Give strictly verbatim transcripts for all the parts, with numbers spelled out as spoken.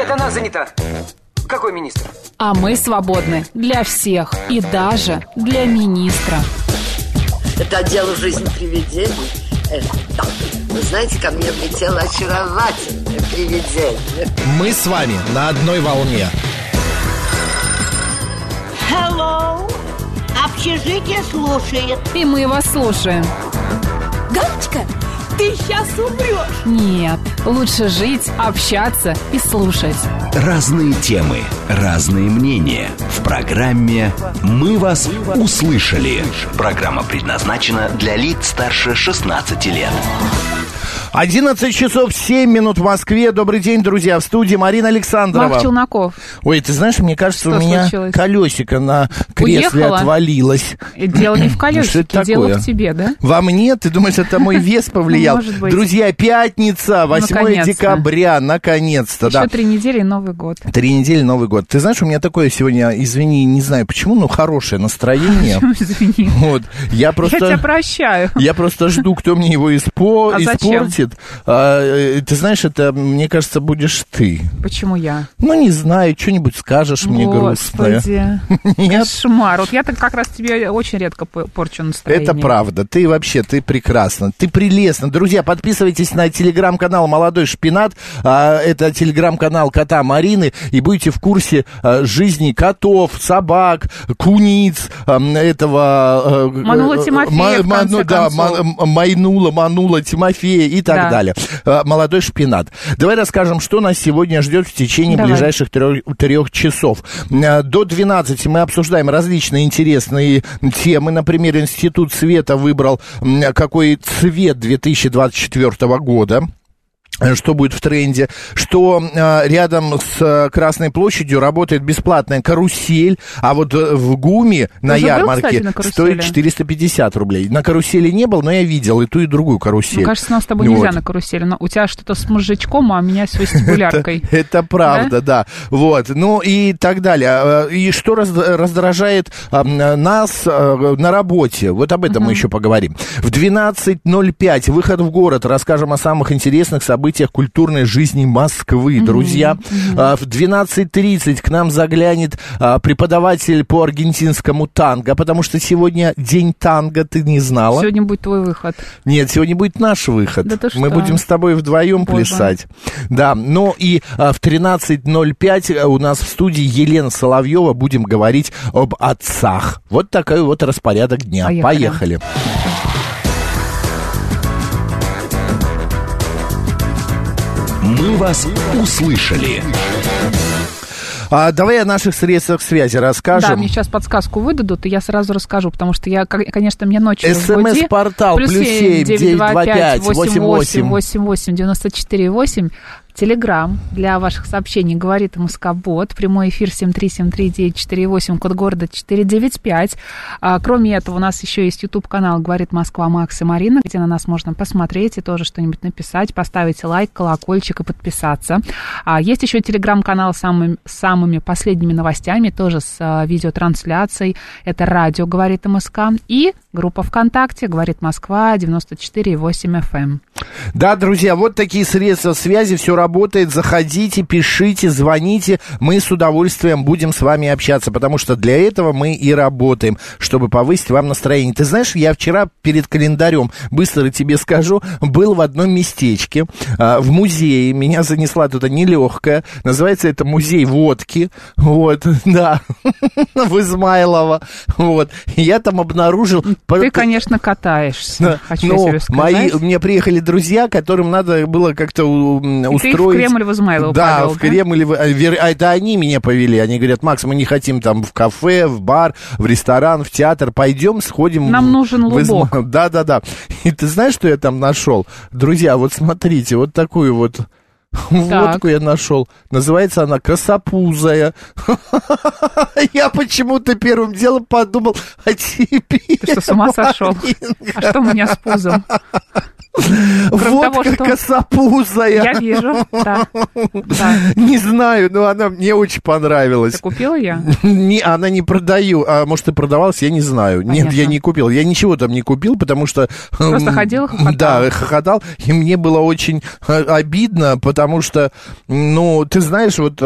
Нет, она занята. Какой министр? А мы свободны для всех и даже для министра. Это дело жизни привидений. Это, вы знаете, ко мне влетело очаровательное привидение. Мы с вами на одной волне. Hello. Общежитие слушает. И мы вас слушаем. Галочка, ты сейчас умрешь. Нет, лучше жить, общаться и слушать. Разные темы, разные мнения. В программе «Мы вас услышали». Программа предназначена для лиц старше шестнадцати лет. одиннадцать часов семь минут в Москве. Добрый день, друзья. В студии Марина Александрова. Марк Челноков. Ой, ты знаешь, мне кажется, Что у меня случилось? колесико на кресле Уехала? Отвалилось. Дело не в колесике, дело в тебе, да? Во мне? Ты думаешь, это мой вес повлиял? Может быть. Друзья, пятница, восьмое Наконец-то. декабря, наконец-то. Еще Да. три недели и Новый год. Три недели, Новый год. Ты знаешь, у меня такое сегодня, извини, не знаю почему, но хорошее настроение. Извини. Вот. Я просто... Я тебя прощаю. Я просто жду, кто мне его испо... А зачем? испортит. А, ты знаешь, это, мне кажется, будешь ты. Почему я? Ну, не знаю, что-нибудь скажешь мне грустное. Господи, Нет? кошмар. Вот я-то как раз тебе очень редко п- порчу настроение. Это правда. Ты вообще, ты прекрасна. Ты прелестна. Друзья, подписывайтесь на телеграм-канал «Молодой шпинат». А, это телеграм-канал кота Марины. И будете в курсе а, жизни котов, собак, куниц, а, этого... А, Манула Тимофея, ма- в конце ну, да, концов. ма- Майнула, Манула Тимофея и так Да. далее. А, «Молодой шпинат». Давай расскажем, что нас сегодня ждет в течение Давай. ближайших трех, трех часов. А, До двенадцати мы обсуждаем различные интересные темы. Например, Институт света выбрал, м, какой цвет две тысячи двадцать четвёртого года. Что будет в тренде, что э, рядом с э, Красной площадью работает бесплатная карусель, а вот э, в ГУМе на уже был, ярмарке кстати, на карусели? стоит четыреста пятьдесят рублей. На карусели не был, но я видел и ту, и другую карусель. Мне кажется, нам с тобой Вот. нельзя на карусели. Но у тебя что-то с мужичком, а у меня с вестибуляркой. Это, это правда, да? да. Вот, ну и так далее. И что раз, раздражает а, нас а, на работе? Вот об этом uh-huh. мы еще поговорим. В двенадцать ноль пять выход в город. Расскажем о самых интересных событиях культурной жизни Москвы, uh-huh. друзья. Uh-huh. А, в двенадцать тридцать к нам заглянет а, преподаватель по аргентинскому танго, потому что сегодня день танго, ты не знала? Сегодня будет твой выход. Нет, сегодня будет наш выход. Да ты Мы что? будем с тобой вдвоем Боже. плясать. Да, ну и а, в тринадцать ноль пять у нас в студии Елена Соловьева, будем говорить об отцах. Вот такой вот распорядок дня. Поехали. Поехали. Мы вас услышали. А, давай о наших средствах связи расскажем. Да, мне сейчас подсказку выдадут, и я сразу расскажу, потому что я, конечно, мне ночью СМС-портал плюс семь девятьсот двадцать пять восемьдесят восемь восемьдесят восемь девяносто четыре восемь. Телеграм для ваших сообщений говорит МСК-бот. Прямой эфир семь три семь три девять четыре восемь, код города четыре девять пять. А, кроме этого, у нас еще есть YouTube-канал «Говорит Москва» Макс и Марина, где на нас можно посмотреть и тоже что-нибудь написать, поставить лайк, колокольчик и подписаться. А, есть еще телеграм-канал с самыми, самыми последними новостями, тоже с а, видеотрансляцией. Это радио «Говорит МСК» и группа ВКонтакте «Говорит Москва» девяносто четыре восемь эф эм. Да, друзья, вот такие средства связи, все работает, заходите, пишите, звоните, мы с удовольствием будем с вами общаться, потому что для этого мы и работаем, чтобы повысить вам настроение. Ты знаешь, я вчера перед календарем, быстро тебе скажу, был в одном местечке, в музее, меня занесла туда нелегкая, называется это музей водки, вот, да, в Измайлово, вот, я там обнаружил... Ты, конечно, катаешься, хочу ну, тебе сказать. Мои, мне приехали друзья, которым надо было как-то устроить... Ты их в Кремль в Измайлово да, повел, в Кремль, да? а это они меня повели. Они говорят: Макс, мы не хотим там в кафе, в бар, в ресторан, в театр. Пойдем, сходим. Нам в, нужен в Изма... лубок. Да-да-да. И ты знаешь, что я там нашел? Друзья, вот смотрите, вот такую вот... водку я нашел. Называется она «Косопузая». Я почему-то первым делом подумал о тебе. Ты что, с ума сошел? А что у меня с пузом? Водка косопузая. Я вижу, да. да. Не знаю, но она мне очень понравилась. Ты купила ее? Не, она не продаю. А может, и продавалась, я не знаю. Понятно. Нет, я не купил. Я ничего там не купил, потому что... Просто ходил, хохотал. Да, хохотал. И мне было очень обидно, потому что, ну, ты знаешь, вот...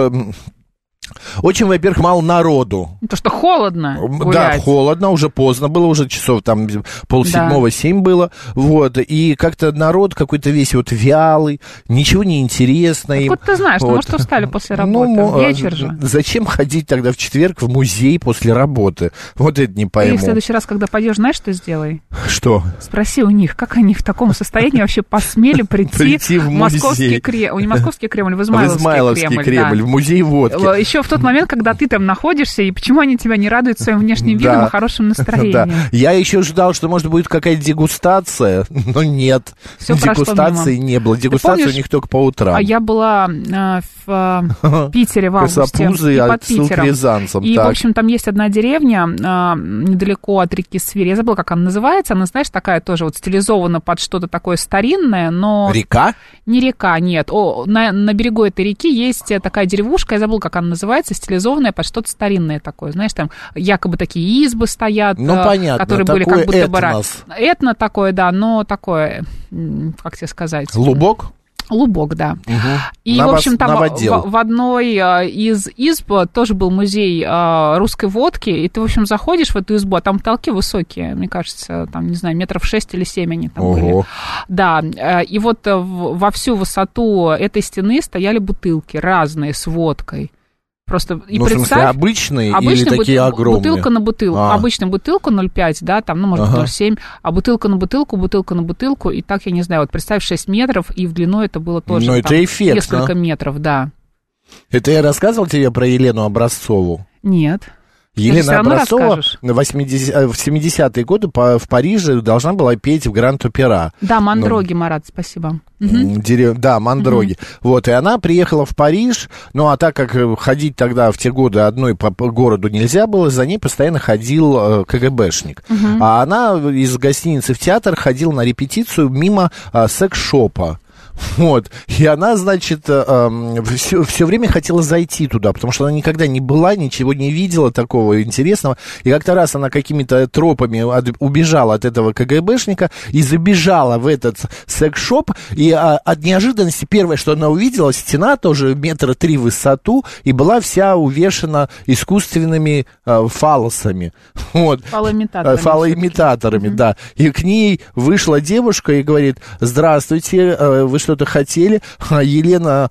Очень, во-первых, мало народу. То, что холодно гулять. Да, холодно, уже поздно было, уже часов там полседьмого, семь было, вот, и как-то народ какой-то весь вот вялый, ничего не интересно. Откуда ты знаешь, вот. Может, устали после работы, ну, вечер же. Зачем ходить тогда в четверг в музей после работы? Вот это не пойму. Ты в следующий раз, когда пойдешь, знаешь, что сделай? Что? Спроси у них, как они в таком состоянии вообще посмели прийти в Московский Кремль, не Московский Кремль, в Измайловский Кремль, в музей водки. Еще в тот момент, когда ты там находишься, и почему они тебя не радуют своим внешним видом да. и хорошим настроением. Да. Я еще ждал, что, может, будет какая-то дегустация, но нет. Все дегустации не было. Дегустация помнишь, у них только по утрам. А я была э, в э, Питере в августе. Косопузы и под Питером. Рязанцем. И, так. в общем, там есть одна деревня э, недалеко от реки Свирь. Я забыла, как она называется. Она, знаешь, такая тоже вот стилизована под что-то такое старинное, но... Река? Не река, нет. О, на, на берегу этой реки есть такая деревушка, я забыла, как она называется, стилизованная под что-то старинное такое. Знаешь, там якобы такие избы стоят, ну, понятно, которые были как будто этнос. бы... Этно такое, да, но такое, как тебе сказать... Лубок? Лубок, да. Угу. И, на в общем, там в, в одной из изб тоже был музей русской водки, и ты, в общем, заходишь в эту избу, а там потолки высокие, мне кажется, там, не знаю, метров шесть или семь они там Ого. были. Да, и вот во всю высоту этой стены стояли бутылки разные с водкой. Просто, и ну, представь, в смысле, обычные или бут, такие огромные? Бутылка на бутылку. А. Обычная бутылка ноль пять, да, там, ну, может, ага. ноль семь, а бутылка на бутылку, бутылка на бутылку, и так, я не знаю, вот представь, шесть метров, и в длину это было тоже ну, там, это эффект, несколько а? метров, да. Это я рассказывал тебе про Елену Образцову? Нет. Елена Образцова в семидесятые годы в Париже должна была петь в Гранд-Опера. Да, Мандроги, ну, Марат, спасибо. Дерев... Да, Мандроги. Угу. Вот, и она приехала в Париж, ну, а так как ходить тогда в те годы одной по городу нельзя было, за ней постоянно ходил КГБшник. Угу. А она из гостиницы в театр ходила на репетицию мимо секс-шопа. Вот, и она, значит, э, все, все время хотела зайти туда, потому что она никогда не была, ничего не видела такого интересного, и как-то раз она какими-то тропами от, убежала от этого КГБшника и забежала в этот секс-шоп, и а, от неожиданности первое, что она увидела, стена тоже метра три в высоту, и была вся увешана искусственными э, фаллосами. Вот. Фалоимитаторами. Фалоимитаторами, да. И к ней вышла девушка и говорит: здравствуйте, вы что-то хотели? Елена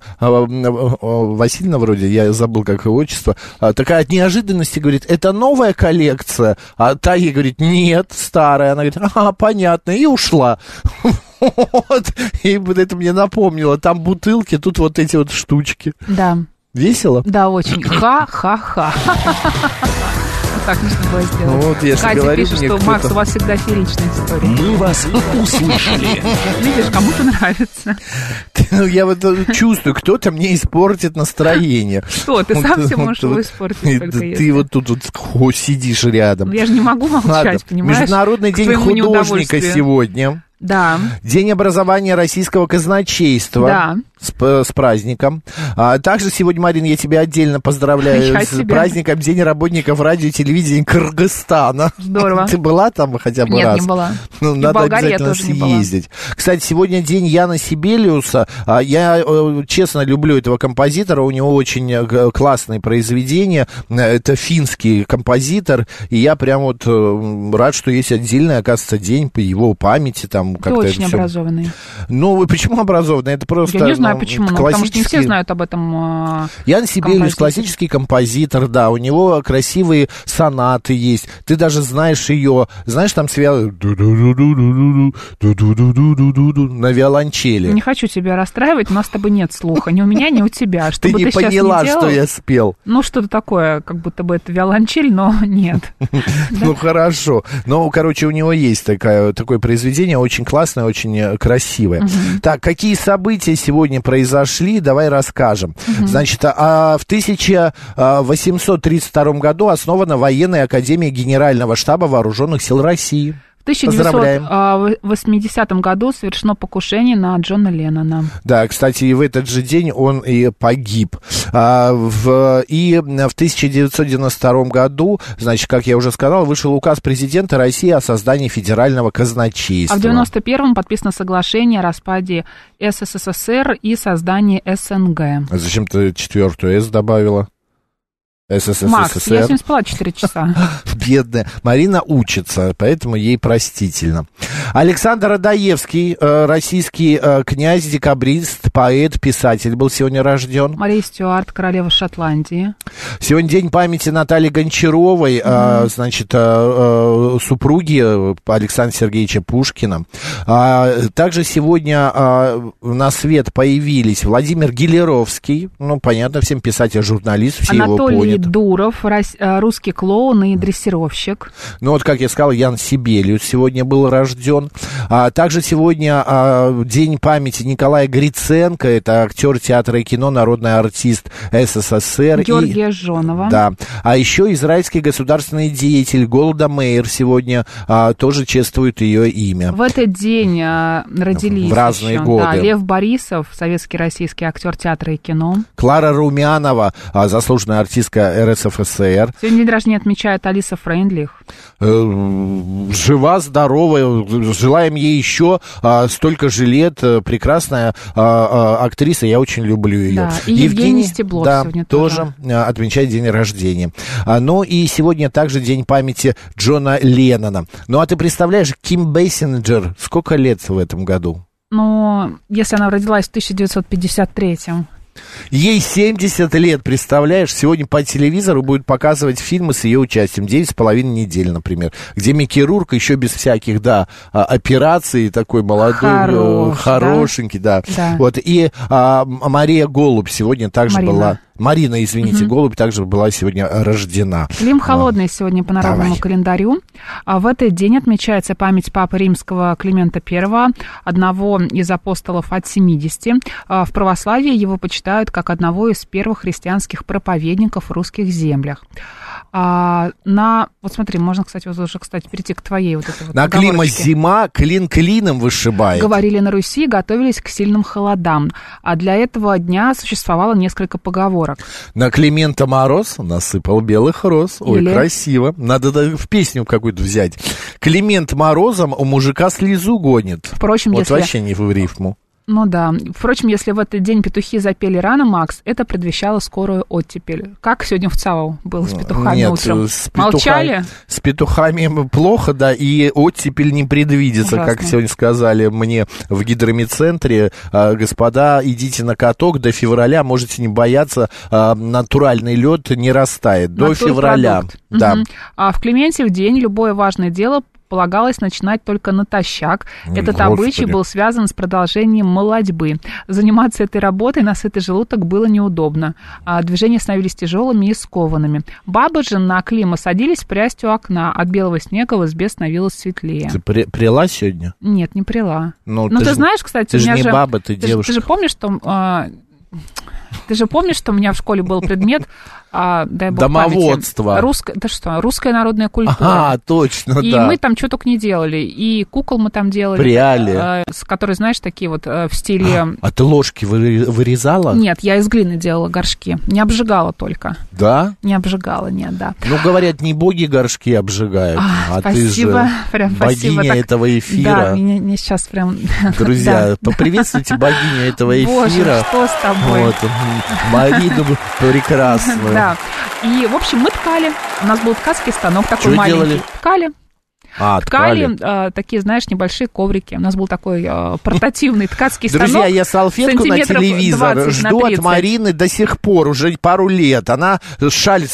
Васильевна, вроде, я забыл, как ее отчество, такая от неожиданности говорит: это новая коллекция? А та ей говорит: нет, старая. Она говорит: ага, понятно, и ушла. Вот, и вот это мне напомнило, там бутылки, тут вот эти вот штучки. Да. Весело? Да, очень. Ха-ха-ха. Так нужно было сделать. Вот, я Катя говорю, пишет, что Макс, у вас всегда фееричная история. Мы вас услышали. Видишь, кому-то нравится. Ну, я вот чувствую, кто-то мне испортит настроение. Что, ты сам все можешь его испортить только если. Ты вот тут вот сидишь рядом. Я же не могу молчать, понимаешь? Международный день художника сегодня. Да. День образования российского казначейства. Да. С, с праздником. А также сегодня, Марин, я тебя отдельно поздравляю я с тебя. праздником День работников радио и телевидения Кыргызстана. Здорово. Ты была там хотя бы Нет, раз? Нет, не была. Ну, и надо в Болгарии обязательно я тоже съездить. Не была. Кстати, сегодня день Яна Сибелиуса. Я, честно, люблю этого композитора. У него очень классные произведения. Это финский композитор. И я прям вот рад, что есть отдельный, оказывается, день по его памяти. Там, Ты очень всё... образованный. Ну, почему образованный? Это просто... Я не знаю, почему, классический... ну, потому что не все знают об этом. Э, Ян Сибелиус, классический композитор, да, у него красивые сонаты есть. Ты даже знаешь ее, знаешь, там связано на виолончели. Не хочу тебя расстраивать, у нас с тобой нет слуха, ни у меня, ни у тебя. Что ты бы не ты поняла, не делал, что я спел. Ну, что-то такое, как будто бы это виолончель, но нет. Ну, хорошо. Ну, короче, у него есть такое произведение, очень классное, очень красивое. Так, какие события сегодня произошли, давай расскажем. Угу. Значит, а, в тысяча восемьсот тридцать втором году основана Военная академия Генерального штаба Вооруженных сил России. В тысяча девятьсот восьмидесятом году совершено покушение на Джона Леннона. Да, кстати, и в этот же день он и погиб. А, в, и в тысяча девятьсот девяносто втором году, значит, как я уже сказал, вышел указ президента России о создании федерального казначейства. А в девяносто первом подписано соглашение о распаде СССР и создании СНГ. А зачем ты четвертую «С» добавила? СССР. Макс, я сегодня спала четыре часа. Бедная. Марина учится, поэтому ей простительно. Александр Адаевский, российский князь, декабрист, поэт, писатель, был сегодня рожден. Мария Стюарт, королева Шотландии. Сегодня день памяти Натальи Гончаровой, mm-hmm. значит, супруги Александра Сергеевича Пушкина. Также сегодня на свет появились Владимир Гелеровский, ну, понятно, всем писатель-журналист, все Анатолий его поняли. Дуров, русский клоун и дрессировщик. Ну вот, как я сказал, Ян Сибелиус сегодня был рожден. А также сегодня а, день памяти Николая Гриценко, это актер театра и кино, народный артист СССР. Георгия и, Жонова. Да. А еще израильский государственный деятель Голда Меир сегодня а, тоже чествует ее имя. В этот день а, родились в разные еще, годы. Да, Лев Борисов, советский российский актер театра и кино. Клара Румянова, а, заслуженная артистка РСФСР. Сегодня день рождения отмечает Алиса Фрейндлих. Жива, здоровая, желаем ей еще а, столько же лет, прекрасная а, а, актриса, я очень люблю ее. Да, и Евгений, Евгений Стеблов да, сегодня тоже, тоже отмечает день рождения. А, ну и сегодня также день памяти Джона Леннона. Ну а ты представляешь, Ким Бейсинджер, сколько лет в этом году? Ну, если она родилась в тысяча девятьсот пятьдесят третьем. Ей семьдесят лет, представляешь? Сегодня по телевизору будут показывать фильмы с ее участием. девять с половиной недель, например. Где Микки Рурк еще без всяких, да, операций, такой молодой, Хорош, хорошенький, да. да. Вот. И а, Мария Голубь сегодня также Марина. была... Марина, извините, угу. Голубь также была сегодня рождена. Клим Холодный а. сегодня по народному Давай. календарю. А в этот день отмечается память папы римского Климента Первого, одного из апостолов от семидесяти. А в православии его почитают как одного из первых христианских проповедников в русских землях. А, на, вот смотри, можно, кстати, вот уже, кстати, перейти к твоей вот этой вот на Клима зима, клин клином вышибает. Говорили на Руси, готовились к сильным холодам. А для этого дня существовало несколько поговорок. На Климента мороз насыпал белых роз. Ой, Или... красиво. Надо в песню какую-то взять. Климент морозом у мужика слезу гонит. Впрочем, вот если... вообще не в рифму. Ну да. Впрочем, если в этот день петухи запели рано, Макс, это предвещало скорую оттепель. Как сегодня в ЦАО было с петухами Нет, утром? С Молчали? Петуха... С петухами плохо, да, и оттепель не предвидится, Ужасно. Как сегодня сказали мне в гидромедцентре. А, господа, идите на каток, до февраля можете не бояться, а, натуральный лед не растает. До февраля. Да. Угу. А в Клементьев день любое важное дело полагалось начинать только натощак. Этот Господи. обычай был связан с продолжением молодьбы. Заниматься этой работой на сытый желудок было неудобно. А движения становились тяжелыми и скованными. Бабы же на Клима садились прясть у окна. От белого снега в избе становилось светлее. Ты при, прила сегодня? Нет, не прила. Ну, Но ты, ты ж, знаешь, кстати, ты у меня же не же, баба, ты, ты девушка. Же, ты же помнишь, что... А, Ты же помнишь, что у меня в школе был предмет, а, дай бог домоводство. Памяти, русско... да что, русская народная культура. А, точно, и да. И мы там что только не делали. И кукол мы там делали. Пряли. А, с которые, знаешь, такие вот в стиле... А, а ты ложки вырезала? Нет, я из глины делала горшки. Не обжигала только. Да? Не обжигала, нет, да. Ну, говорят, не боги горшки обжигают, а, а спасибо, ты же прям богиня спасибо, так... этого эфира. Да, мне, мне сейчас прям... Друзья, да. поприветствуйте богиню этого эфира. Боже, что с тобой? Вот, Марину прекрасную. Да. И, в общем, мы ткали. У нас был ткацкий станок такой Что маленький. Делали? Ткали. А, ткали, ткали. Э, такие, знаешь, небольшие коврики. У нас был такой э, портативный ткацкий станок. Друзья, я салфетку на телевизор жду от Марины до сих пор, уже пару лет. Она шаль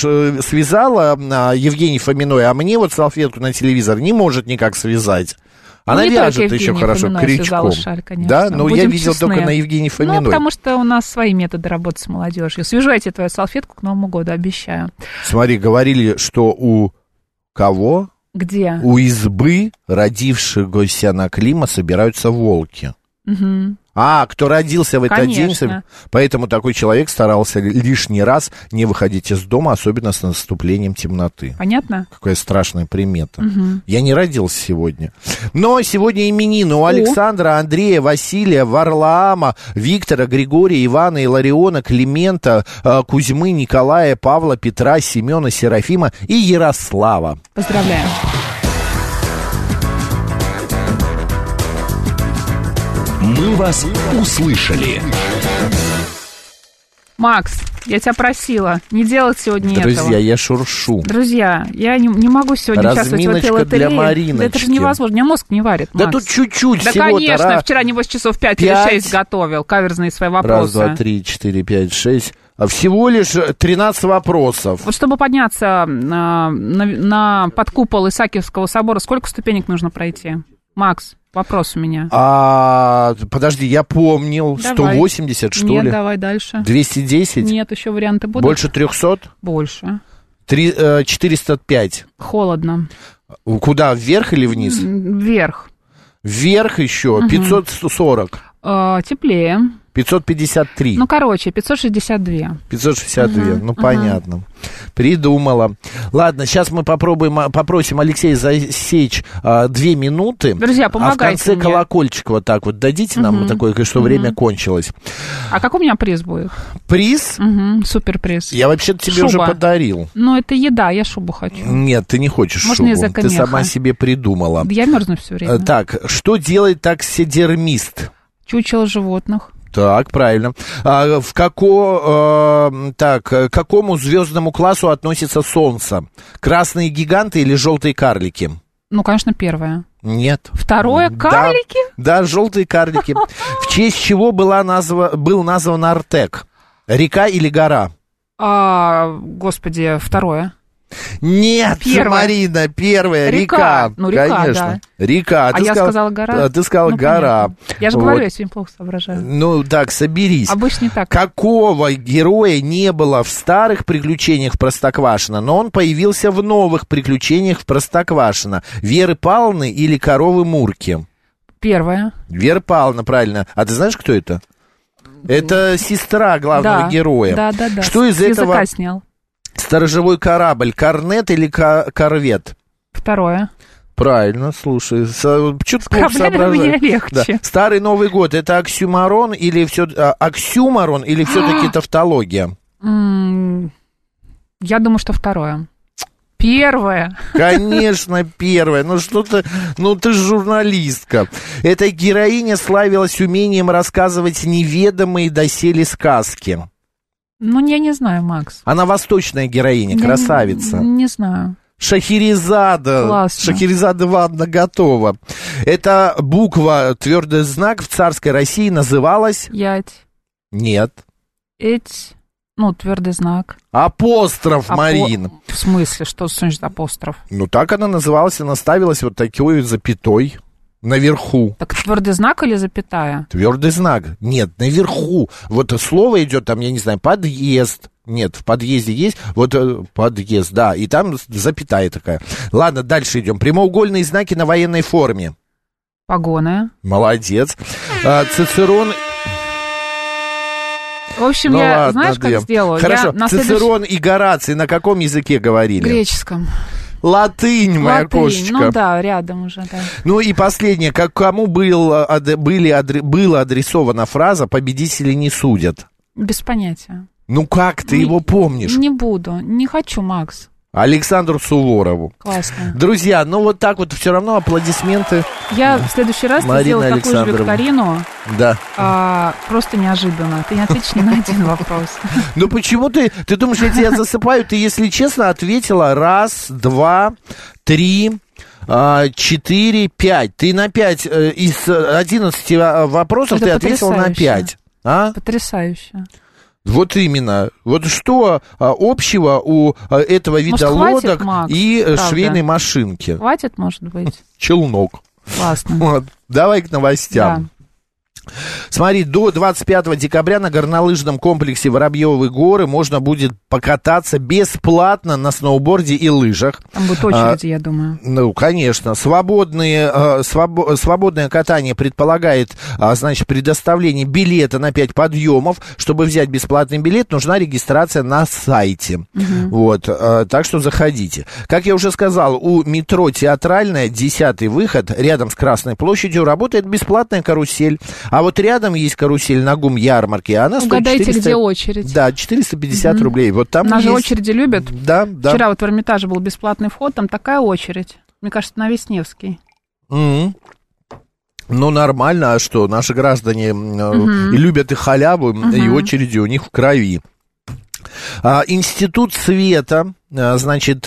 связала Евгений Фоминой, а мне вот салфетку на телевизор не может никак связать. Она ну, вяжет еще хорошо Фоминой крючком. Шаль, да, но Будем я видел честны. только на Евгении Фоминой. Ну, потому что у нас свои методы работы с молодежью. Свяжу я тебе твою салфетку к Новому году, обещаю. Смотри, говорили, что у кого? Где? У избы родившегося на Клима собираются волки. Угу. А, кто родился в этот Конечно. день, поэтому такой человек старался лишний раз не выходить из дома, особенно с наступлением темноты. Понятно? Какая страшная примета. Угу. Я не родился сегодня. Но сегодня именины у Александра, Андрея, Василия, Варлаама, Виктора, Григория, Ивана, Илариона, Климента, Кузьмы, Николая, Павла, Петра, Семена, Серафима и Ярослава. Поздравляем. Мы вас услышали. Макс, я тебя просила не делать сегодня Друзья, этого. я шуршу. Друзья, я не, не могу сегодня участвовать в этой Разминочка лотерее. для Мариночки. Да это же невозможно, у меня мозг не варит, Макс. Да тут чуть-чуть Да, всего-то. конечно, Ра... вчера, небось, часов пять, пять. или шесть готовил, каверзные свои вопросы. Раз, два, три, четыре, пять, шесть. А всего лишь тринадцать вопросов. Вот чтобы подняться на, на, на под купол Исаакиевского собора, сколько ступенек нужно пройти? Макс, вопрос у меня. А, подожди, я помнил. Давай. сто восемьдесят, что Нет, ли? давай дальше. двести десять? Нет, еще варианты будут? Больше трехсот? Больше. Три, э, четыреста пять. Холодно. Куда, вверх или вниз? Вверх. Вверх еще, Угу. пятьсот сорок. Э, теплее. пятьсот пятьдесят три. Ну, короче, пятьсот шестьдесят два. пятьсот шестьдесят два, Угу, ну, угу. понятно. Придумала. Ладно, сейчас мы попробуем, попросим Алексея засечь а, две минуты. Друзья, помогайте А в конце мне. колокольчик вот так вот дадите нам Угу, такое, что угу. время кончилось. А какой у меня приз будет? Приз? Угу, суперприз. Я вообще-то тебе Шуба. уже подарил. Ну, это еда, я шубу хочу. Нет, ты не хочешь Можно шубу. языка Ты меха? сама себе придумала. Я мерзну все время. А, Так, что делает таксидермист? Чучело животных. Так, правильно. А, в како, э, так, к какому звездному классу относится Солнце? Красные гиганты или желтые карлики? Ну, конечно, первое. Нет. Второе, Да, карлики? Да, желтые карлики. В честь чего была назва, был назван Артек? Река или гора? А, господи, второе. Нет, Первое. Марина, первая, Река. река. Ну, река, конечно. Река. А я сказала гора? А ты сказала Ну, гора. понятно. Я же Вот. говорю, я сегодня плохо соображаю. Ну, так, соберись. Обычно не так. Какого героя не было в старых приключениях в Простоквашино, но он появился в новых приключениях в Простоквашино? Веры Павловны или Коровы Мурки? Первое. Вера Павловна, правильно. А ты знаешь, кто это? Это сестра главного Да, героя. Да, да, да. Что из С этого языка снял. сторожевой корабль? Корнет или ко- корвет? Второе. Правильно, слушай. С- Чуть С плохо кораблями у меня соображаю. легче. Да. Старый Новый год — это оксюмарон или все а, оксюмарон или все-таки тавтология? М, Я думаю, что второе. Первое. Конечно, первое. Ну что ты, ну ты ж журналистка. Эта героиня славилась умением рассказывать неведомые доселе сказки. Ну, я не знаю, Макс. Она восточная героиня, Я красавица. Не, не знаю. Шахерезада. Классно. Шахерезада Ивановна готова. Эта буква, твердый знак в царской России называлась... Ять. Нет. Эть. Ну, твердый знак. Апостроф, Апо- Марин. В смысле, что значит апостроф? Ну, так она называлась, она ставилась вот такой запятой наверху. Так твердый знак или запятая? Твердый знак. Нет, наверху. Вот слово идет там, я не знаю, подъезд. Нет, в подъезде есть. Вот э, подъезд, да. И там запятая такая. Ладно, дальше идем. Прямоугольные знаки на военной форме. Погоны. Молодец. А, Цицерон... В общем, Ну я, ладно, знаешь, две. как сделаю? Хорошо, Я на Цицерон и Гораций на каком языке говорили? греческом. Латынь, моя Латынь. кошечка. Ну да, рядом уже, да. Ну и последнее. Как, кому был, ад- были, адре- была адресована фраза «победители не судят»? Без понятия. Ну как ты Не- его помнишь? Не буду. Не хочу, Макс. Александру Суворову. Классно. Друзья, ну вот так вот все равно аплодисменты. Я в следующий раз Марина сделаю такую же Александровна. викторину, Да. а, просто неожиданно. Ты не ответишь ни на один вопрос. Ну почему ты, ты думаешь, я тебя засыпаю? Ты, если честно, ответила раз, два, три, а, четыре, пять. Ты на пять э, из одиннадцати а, вопросов Это ты ответила на потрясающе. пять. А? Потрясающе. Вот именно. Вот что а, общего у а, этого вида Может, хватит, лодок Макс? и э, Правда. швейной машинки? Хватит, может быть? Челнок. Классно. Вот. Давай к новостям. Смотри, до двадцать пятого декабря на горнолыжном комплексе Воробьевы горы можно будет покататься бесплатно на сноуборде и лыжах. Там будут очереди, а, я думаю. Ну, конечно. Свободные, а, свобо, свободное катание предполагает, а, значит, предоставление билета на пять подъемов. Чтобы взять бесплатный билет, нужна регистрация на сайте. Угу. Вот, а, так что заходите. Как я уже сказал, у метро Театральная, десятый выход, рядом с Красной площадью, работает бесплатная карусель. А вот рядом есть карусель на ГУМ-ярмарке. Она Угадайте, стоит четыреста... где очередь. Да, четыреста пятьдесят mm-hmm. рублей. Вот там Нас есть... же очереди любят. Да, да. Вчера вот в Эрмитаже был бесплатный вход, там такая очередь. Мне кажется, на весь Невский. Mm-hmm. Ну, нормально, а что? Наши граждане mm-hmm. и любят и халяву, mm-hmm. и очереди у них в крови. А, Институт света, значит,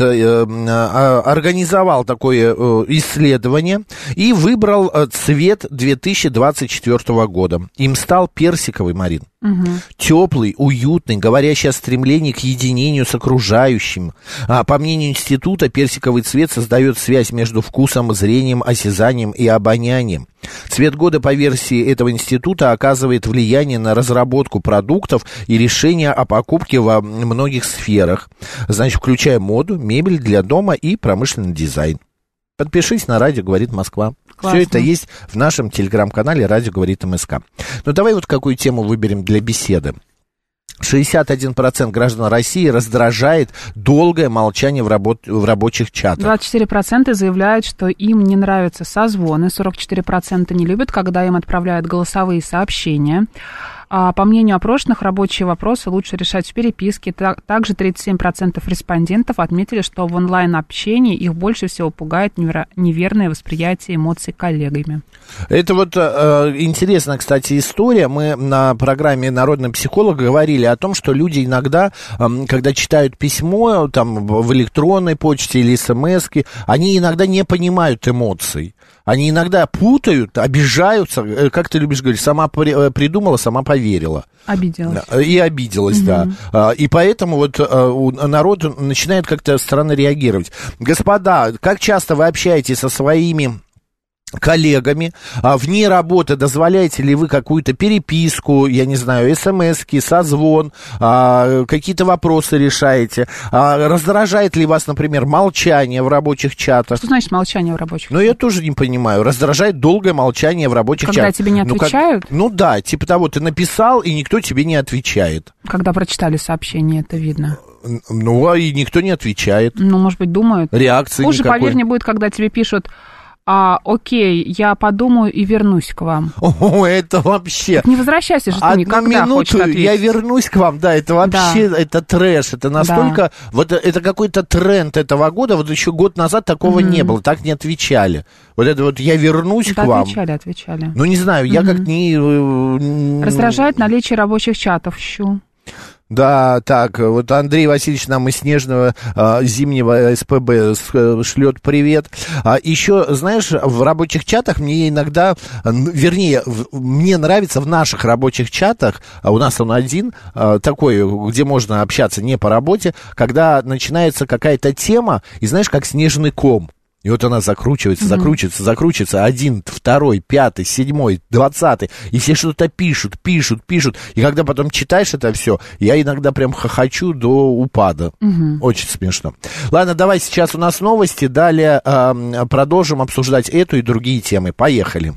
организовал такое исследование и выбрал цвет две тысячи двадцать четвёртого года. Им стал персиковый, Марин. Угу. Теплый, уютный, говорящий о стремлении к единению с окружающим. А, по мнению института, персиковый цвет создает связь между вкусом, зрением, осязанием и обонянием. Цвет года, по версии этого института, оказывает влияние на разработку продуктов и решения о покупке во многих сферах. Значит, включая моду, мебель для дома и промышленный дизайн. Подпишись на «Радио говорит Москва». Классно. Все это есть в нашем телеграм-канале «Радио говорит МСК». Ну, давай вот какую тему выберем для беседы. шестьдесят один процент граждан России раздражает долгое молчание в, работ... в рабочих чатах. двадцать четыре процента заявляют, что им не нравятся созвоны, сорок четыре процента не любят, когда им отправляют голосовые сообщения. А по мнению опрошенных, рабочие вопросы лучше решать в переписке. Также тридцать семь процентов респондентов отметили, что в онлайн-общении их больше всего пугает неверное восприятие эмоций коллегами. Это вот э, интересная, кстати, история. Мы на программе «Народный психолог» говорили о том, что люди иногда, э, когда читают письмо там, в электронной почте или смс-ки, они иногда не понимают эмоций. Они иногда путают, обижаются, как ты любишь говорить, сама придумала, сама поверила. Обиделась. И обиделась, угу. да. И поэтому вот народ начинает как-то странно реагировать. Господа, как часто вы общаетесь со своими коллегами, а вне работы дозволяете ли вы какую-то переписку, я не знаю, смс-ки, созвон, а, какие-то вопросы решаете, а, раздражает ли вас, например, молчание в рабочих чатах? Что значит молчание в рабочих чатах? Ну, я тоже не понимаю, раздражает долгое молчание в рабочих Когда чатах. Когда тебе не отвечают? Ну, как, ну да, типа того, ты написал, и никто тебе не отвечает. Когда прочитали сообщение, это видно. Ну, а и никто не отвечает. Ну, может быть, думают. Реакции Хуже, никакой. поверь мне, будет, когда тебе пишут: А, окей, я подумаю и вернусь к вам. О, это вообще... Так не возвращайся же ты Одну никогда, минуту, хочешь ответить. Я вернусь к вам, да, это вообще, да. это трэш, это настолько... Да. Вот это какой-то тренд этого года, вот еще год назад такого mm-hmm. не было, так не отвечали. Вот это вот «я вернусь да, к вам». отвечали, отвечали. Ну, не знаю, mm-hmm. я как не... Раздражает наличие рабочих чатов, щу. Да, так, вот Андрей Васильевич нам из снежного а, зимнего СПБ шлет привет. А еще, знаешь, в рабочих чатах мне иногда, вернее, в, мне нравится в наших рабочих чатах, а у нас он один, а, такой, где можно общаться не по работе, когда начинается какая-то тема, и знаешь, как снежный ком. И вот она закручивается, mm-hmm. закручивается, закручивается. Один, второй, пятый, седьмой, двадцатый. И все что-то пишут, пишут, пишут. И когда потом читаешь это все, я иногда прям хохочу до упада. Mm-hmm. Очень смешно. Ладно, давай сейчас у нас новости. Далее э, продолжим обсуждать эту и другие темы. Поехали.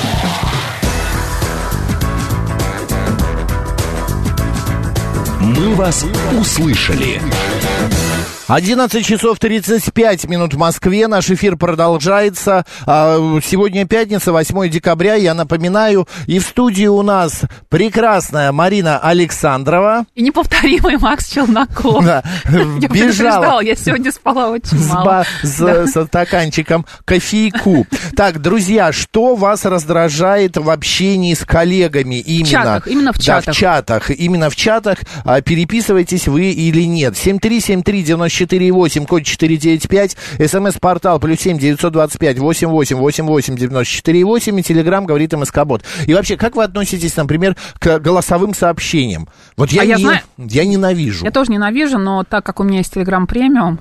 Мы вас услышали. одиннадцать часов тридцать пять минут в Москве. Наш эфир продолжается. Сегодня пятница, восьмое декабря. Я напоминаю, и в студии у нас прекрасная Марина Александрова. И неповторимый Макс Челноков. Да, я предупреждала, я сегодня спала очень мало. С, да. с стаканчиком кофейку. Так, друзья, что вас раздражает в общении с коллегами? Именно, в чатах, именно в чатах. Да, в чатах. Именно в чатах. Переписываетесь вы или нет? семь три семь три девяносто четыре восемь, код четыре девять пять, смс-портал плюс семь девятьсот двадцать пять восемьдесят восемь восемьдесят восемь девяносто четыре восемь, и телеграм говорит МСК-бот. И вообще, как вы относитесь, например, к голосовым сообщениям? Вот я, а не, я, знаю, я ненавижу. Я тоже ненавижу, но так как у меня есть телеграм премиум,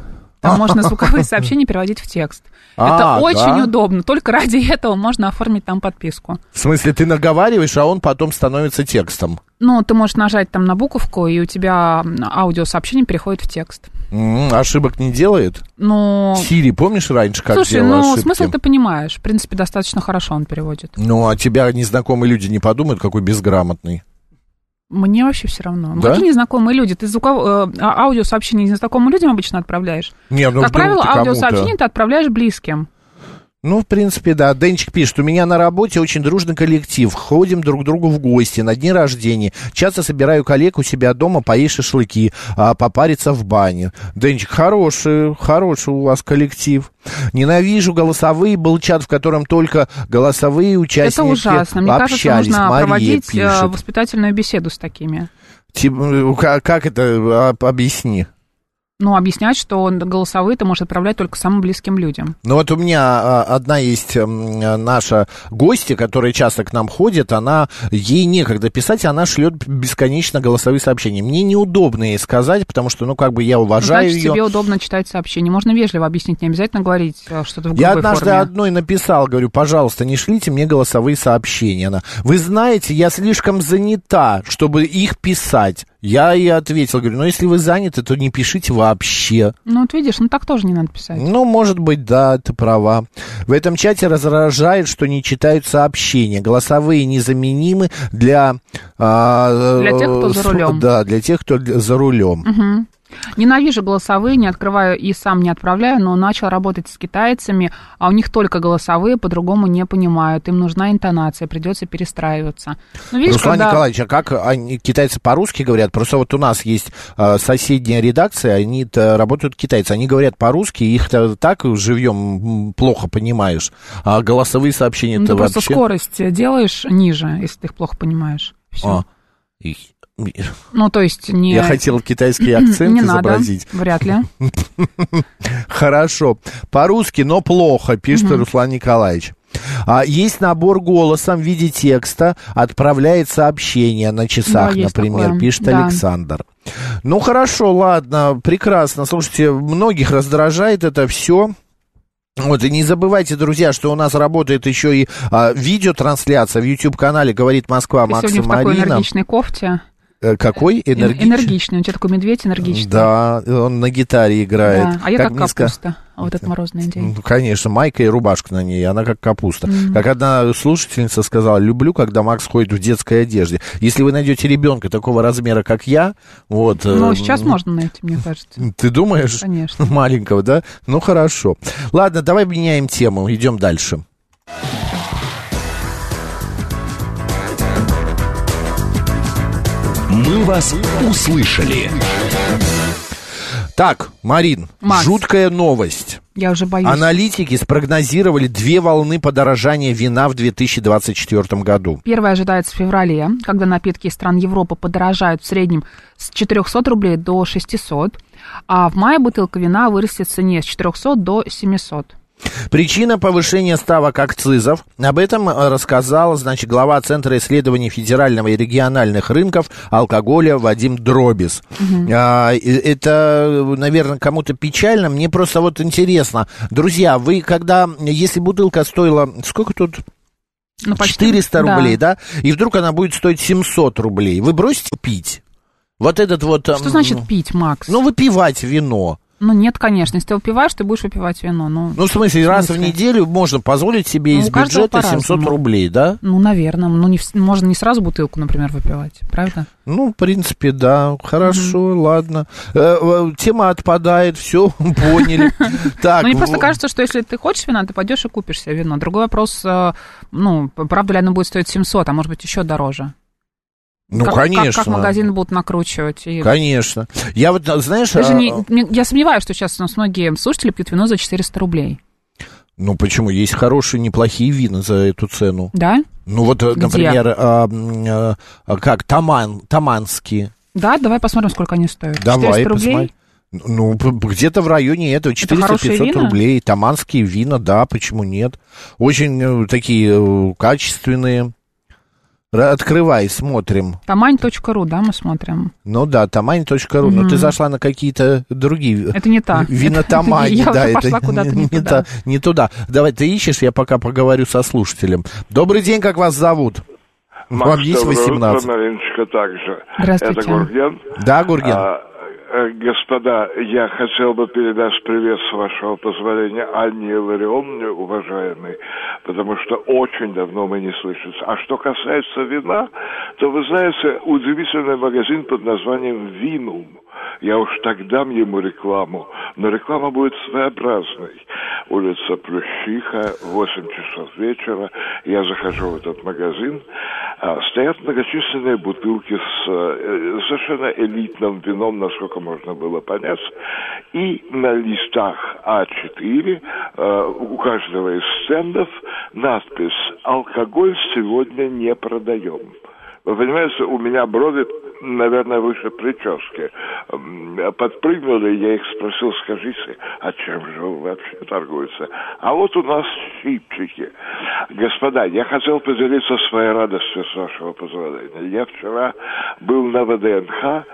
Там можно звуковые сообщения переводить в текст. А, это очень да? удобно. Только ради этого можно оформить там подписку. В смысле, ты наговариваешь, а он потом становится текстом? Ну, ты можешь нажать там на буковку, и у тебя аудиосообщение переходит в текст. М-м, ошибок не делает? Ну... Сири, помнишь раньше, как Слушай, делала ну, ошибки? смысл ты понимаешь. В принципе, достаточно хорошо он переводит. Ну, а тебя незнакомые люди не подумают, какой безграмотный? Мне вообще все равно. Да? Какие незнакомые люди? Ты звуков... э, аудиосообщения незнакомым людям обычно отправляешь? Не, ну, как правило, ты кому-то... аудиосообщение ты отправляешь близким. Ну, в принципе, да. Денчик пишет, у меня на работе очень дружный коллектив. Ходим друг к другу в гости на дни рождения. Часто собираю коллег у себя дома поесть шашлыки, а, попариться в бане. Денчик, хороший, хороший у вас коллектив. Ненавижу голосовые. Был чат, в котором только голосовые участники Это ужасно. Мне общались. кажется, нужно Мария проводить пишет. воспитательную беседу с такими. Типа, как, как это? Объясни. Ну, объяснять, что он голосовые ты можешь отправлять только самым близким людям. Ну, вот у меня а, одна есть а, наша гостья, которая часто к нам ходит, она, ей некогда писать, она шлет бесконечно голосовые сообщения. Мне неудобно ей сказать, потому что, ну, как бы я уважаю Значит, ее. тебе удобно читать сообщения. Можно вежливо объяснить, не обязательно говорить что-то в грубой Я однажды форме. одной написал, говорю, пожалуйста, не шлите мне голосовые сообщения. Она, вы знаете, я слишком занята, чтобы их писать. Я ей ответил, говорю, ну, если вы заняты, то не пишите вообще. Ну, вот видишь, ну, так тоже не надо писать. Ну, может быть, да, ты права. В этом чате раздражает, что не читают сообщения. Голосовые незаменимы для... А, для тех, кто за рулем. Да, для тех, кто за рулем. Угу. Ненавижу голосовые, не открываю и сам не отправляю, но начал работать с китайцами, а у них только голосовые, по-другому не понимают. Им нужна интонация, придется перестраиваться. Ну, видишь, Руслан когда... Николаевич, а как они, китайцы по-русски говорят? Просто вот у нас есть а, соседняя редакция, они работают китайцы, они говорят по-русски, их так живьем плохо понимаешь, а голосовые сообщения Ну, ты вообще... просто скорость делаешь ниже, если ты их плохо понимаешь. Все. А. Ну, то есть не... Я хотел китайский акцент не изобразить. Надо, вряд ли. Хорошо. По-русски, но плохо, пишет Угу. Руслан Николаевич. А, есть набор голосом в виде текста, отправляет сообщение на часах, Да, есть например, такое. пишет Да. Александр. Ну, хорошо, ладно, прекрасно. Слушайте, многих раздражает это все. Вот, и не забывайте, друзья, что у нас работает еще и а, видеотрансляция в YouTube-канале «Говорит Москва» Ты Макс и сегодня в такой Марина. энергичной кофте. Э, Какой? Энергичный? Энергичный. У тебя такой медведь энергичный. Да, он на гитаре играет. Да. А я как, низко- капуста. А вот этот морозный день. Ну, конечно, майка и рубашка на ней, она как капуста. Mm. Как одна слушательница сказала, люблю, когда Макс ходит в детской одежде. Если вы найдете ребенка такого размера, как я, вот... Ну, э, сейчас можно найти, мне кажется. Ты думаешь? Конечно. Маленького, да? Ну, хорошо. Ладно, давай меняем тему, идем дальше. «Мы вас услышали». Так, Марин, Макс. жуткая новость. Я уже боюсь. Аналитики спрогнозировали две волны подорожания вина в две тысячи двадцать четвёртом году. Первая ожидается в феврале, когда напитки из стран Европы подорожают в среднем с четырехсот рублей до шестисот, а в мае бутылка вина вырастет в цене с четырехсот до семисот. Причина повышения ставок акцизов. Об этом рассказал, значит, глава Центра исследований федерального и региональных рынков алкоголя Вадим Дробис. Угу. А, это, наверное, кому-то печально. Мне просто вот интересно. Друзья, вы когда, если бутылка стоила, сколько тут? Ну, почти, четыреста рублей, да. да? И вдруг она будет стоить семьсот рублей. Вы бросите пить? Вот этот вот... Что значит пить, Макс? Ну, выпивать вино. Ну, нет, конечно. Если ты выпиваешь, ты будешь выпивать вино. Ну, ну в смысле, раз в неделю можно позволить себе ну, из бюджета семьсот рублей, да? Ну, наверное. Ну, не, можно не сразу бутылку, например, выпивать, правда? Ну, в принципе, да. Хорошо, mm-hmm. ладно. Э, тема отпадает, все, поняли. Так, ну, мне просто кажется, что если ты хочешь вина, ты пойдешь и купишь себе вино. Другой вопрос, ну, правда ли оно будет стоить семьсот, а может быть, еще дороже? Ну, как, конечно. Как, как магазины будут накручивать. И... Конечно. Я вот, знаешь... Даже а... не, я сомневаюсь, что сейчас у нас многие слушатели пьют вино за четыреста рублей. Ну, почему? Есть хорошие, неплохие вина за эту цену. Да? Ну, вот, где? например, а, а, как, Таман, Таманские. Да, давай посмотрим, сколько они стоят. Давай, четыреста рублей? Посмотри. Ну, где-то в районе этого, четыреста-пятьсот рублей. Таманские вина, да, почему нет? Очень такие качественные. Открывай, смотрим. тамань точка ру, да, мы смотрим? Ну да, тамань точка ру. Mm-hmm. Но ты зашла на какие-то другие... Это не так. Винотамани, да, это не, не, туда. не туда. Давай, ты ищешь, я пока поговорю со слушателем. Добрый день, как вас зовут? Макс, вам есть восемнадцать? Мариночка также. Здравствуйте. Это Гурген. Да, Гурген. А, господа, я хотел бы передать привет, с вашего позволения, Анне Илларионовне, уважаемой, потому что очень давно мы не слышимся. А что касается вина, то, вы знаете, удивительный магазин под названием «Винум». Я уж так дам ему рекламу, но реклама будет своеобразной. Улица Плющиха, восемь часов вечера. Я захожу в этот магазин. А, стоят многочисленные бутылки с э, совершенно элитным вином, насколько можно было понять. И на листах а четыре э, у каждого из стендов надпись «Алкоголь сегодня не продаем». Вы понимаете, у меня брови, наверное, выше прически. Подпрыгнули, я их спросил, скажите, а чем же вы вообще торгуете? А вот у нас щипчики. Господа, я хотел поделиться своей радостью, с вашего позволения. Я вчера был на ВДНХ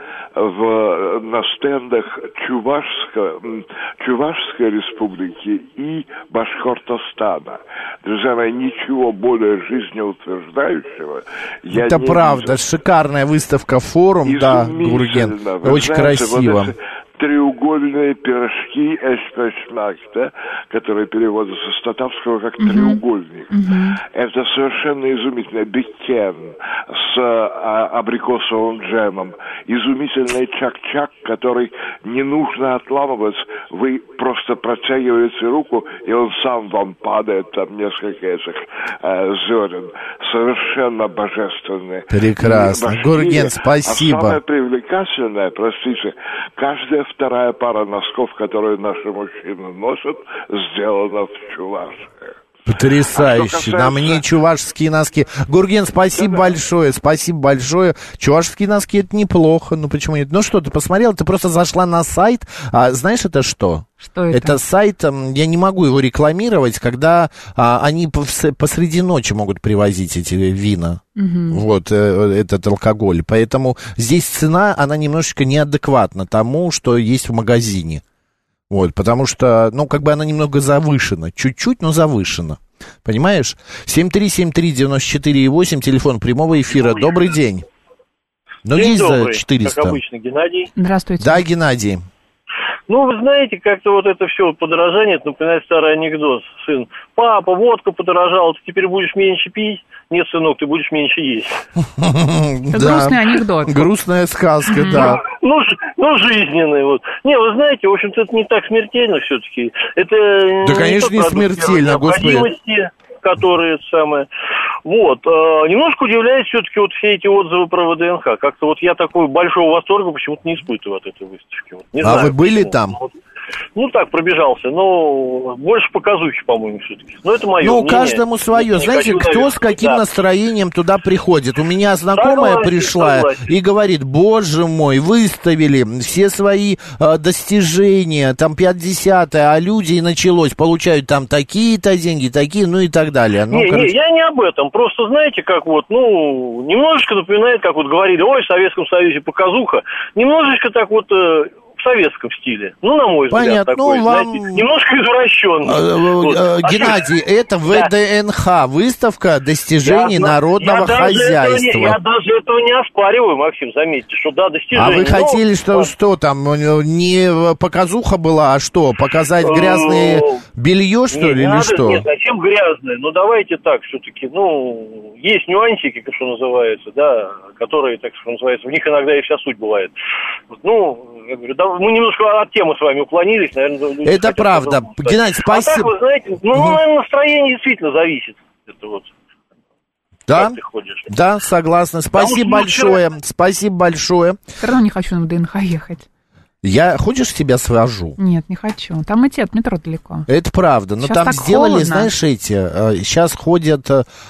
в, на стендах Чувашска, Чувашской республики и Башкортостана. Друзья мои, ничего более жизнеутверждающего я Это не правда, видел. Шикарная выставка «Форум», да, Гурген, очень знаете, красиво. Вот треугольные пирожки эшпешмак, да, которые переводятся с татарского как mm-hmm. треугольник. Mm-hmm. Это совершенно изумительно. Беккен с а, абрикосовым джемом. Изумительный чак-чак, который не нужно отламывать. Вы просто протягиваете руку, и он сам вам падает, там несколько этих а, зерен. Совершенно божественные. Прекрасно. Гурген, спасибо. А самое привлекательное, простите, каждая вторая пара носков, которые наши мужчины носят, сделана в Чувашии. Потрясающе. А касается... На мне чувашские носки. Гурген, спасибо да, большое, спасибо большое. Чувашские носки — это неплохо. Ну почему нет? Ну что, ты посмотрела, ты просто зашла на сайт. А, знаешь, это что? Что это? Это сайт, я не могу его рекламировать, когда а, они посреди ночи могут привозить эти вина, угу. вот, этот алкоголь. Поэтому здесь цена, она немножечко неадекватна тому, что есть в магазине. Вот, потому что, ну, как бы она немного завышена. Чуть-чуть, но завышена. Понимаешь? семь три семь три девять четыре восемь, телефон прямого эфира. Добрый день. Ну, день есть добрый, за четыреста. Как обычно, Геннадий. Здравствуйте. Да, Геннадий. Ну, вы знаете, как-то вот это все подорожание, это напоминает старый анекдот. Сын, папа, водка подорожала, ты теперь будешь меньше пить? Нет, сынок, ты будешь меньше есть. Это грустный анекдот. Грустная сказка, да. Ну, ну, жизненный вот. Не, вы знаете, в общем-то, это не так смертельно все-таки. Это да, конечно, не смертельно, господи. Которые это самое. Вот. А, немножко удивляет все-таки вот все эти отзывы про ВДНХ. Как-то вот я такой большого восторга почему-то не испытываю от этой выставки. Вот. Не а знаю, вы были почему. там? Вот. Ну, так, пробежался, но больше показухи, по-моему, все-таки. Но это мое Ну, мнение. каждому свое. Знаете, кто наверх. С каким да. настроением туда приходит? У меня знакомая согласен, пришла согласен. И говорит, боже мой, выставили все свои э, достижения, там пятьдесятое, а люди и началось, получают там такие-то деньги, такие, ну и так далее. Ну, не, короче... не, я не об этом. Просто, знаете, как вот, ну, немножечко напоминает, как вот говорили, ой, в Советском Союзе показуха. Немножечко так вот... Э, в советском стиле. Ну, на мой взгляд, понятно. такой, ну, вам... знаете, немножко извращенный. Вот. Геннадий, это ВДНХ, выставка достижений я, народного я хозяйства. Даже не, я даже этого не оспариваю, Максим, заметьте, что да, достижения. А вы но... хотели, что, что там, не показуха была, а что, показать грязное белье, что не, ли, надо, или что? Нет, зачем грязное? Ну, давайте так, все-таки, ну, есть нюансики, как что называется, да, которые, так что называется, в них иногда и вся суть бывает. Ну, я говорю, да, мы немножко от темы с вами уклонились, наверное. Это правда. Геннадий, спасибо. А так, вы знаете, ну, угу. наверное, настроение действительно зависит. Это вот. Да, да, согласна. Спасибо Потому большое. Вчера... Спасибо большое. Все равно не хочу на ВДНХ ехать. Я, хочешь, тебя свожу? Нет, не хочу. Там идти от метро далеко. Это правда. Но сейчас там сделали, холодно. Знаешь, эти, сейчас ходят